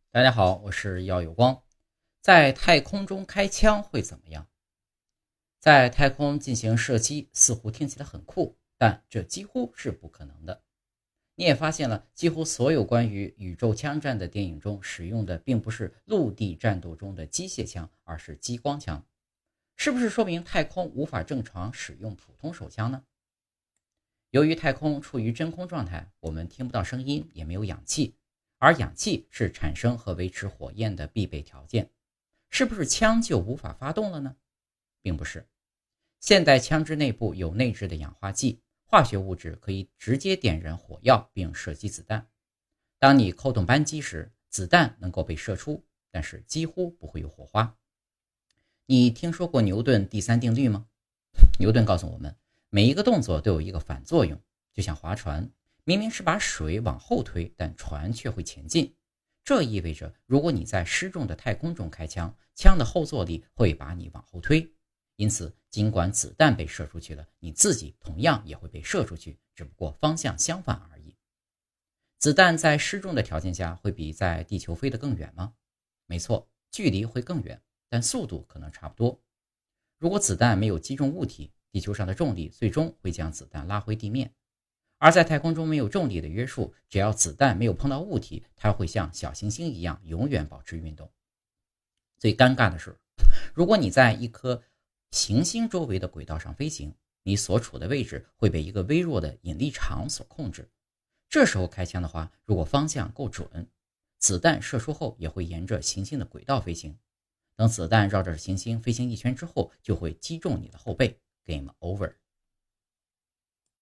大家好，我是耀有光。在太空中开枪会怎么样？在太空进行射击似乎听起来很酷，但这几乎是不可能的。你也发现了，几乎所有关于宇宙枪战的电影中使用的并不是陆地战斗中的机械枪，而是激光枪。是不是说明太空无法正常使用普通手枪呢？由于太空处于真空状态，我们听不到声音，也没有氧气，而氧气是产生和维持火焰的必备条件。是不是枪就无法发动了呢？并不是。现代枪支内部有内置的氧化剂，化学物质可以直接点燃火药并射击子弹。当你扣动扳机时，子弹能够被射出，但是几乎不会有火花。你听说过牛顿第三定律吗？牛顿告诉我们，每一个动作都有一个反作用，就像划船，明明是把水往后推，但船却会前进。这意味着，如果你在失重的太空中开枪，枪的后坐力会把你往后推。因此，尽管子弹被射出去了，你自己同样也会被射出去，只不过方向相反而已。子弹在失重的条件下会比在地球飞得更远吗？没错，距离会更远，但速度可能差不多。如果子弹没有击中物体，地球上的重力最终会将子弹拉回地面。而在太空中没有重力的约束，只要子弹没有碰到物体，它会像小行星一样永远保持运动。最尴尬的是，如果你在一颗行星周围的轨道上飞行，你所处的位置会被一个微弱的引力场所控制。这时候开枪的话，如果方向够准，子弹射出后也会沿着行星的轨道飞行。等子弹绕着行星飞行一圈之后，就会击中你的后背 ，Game over。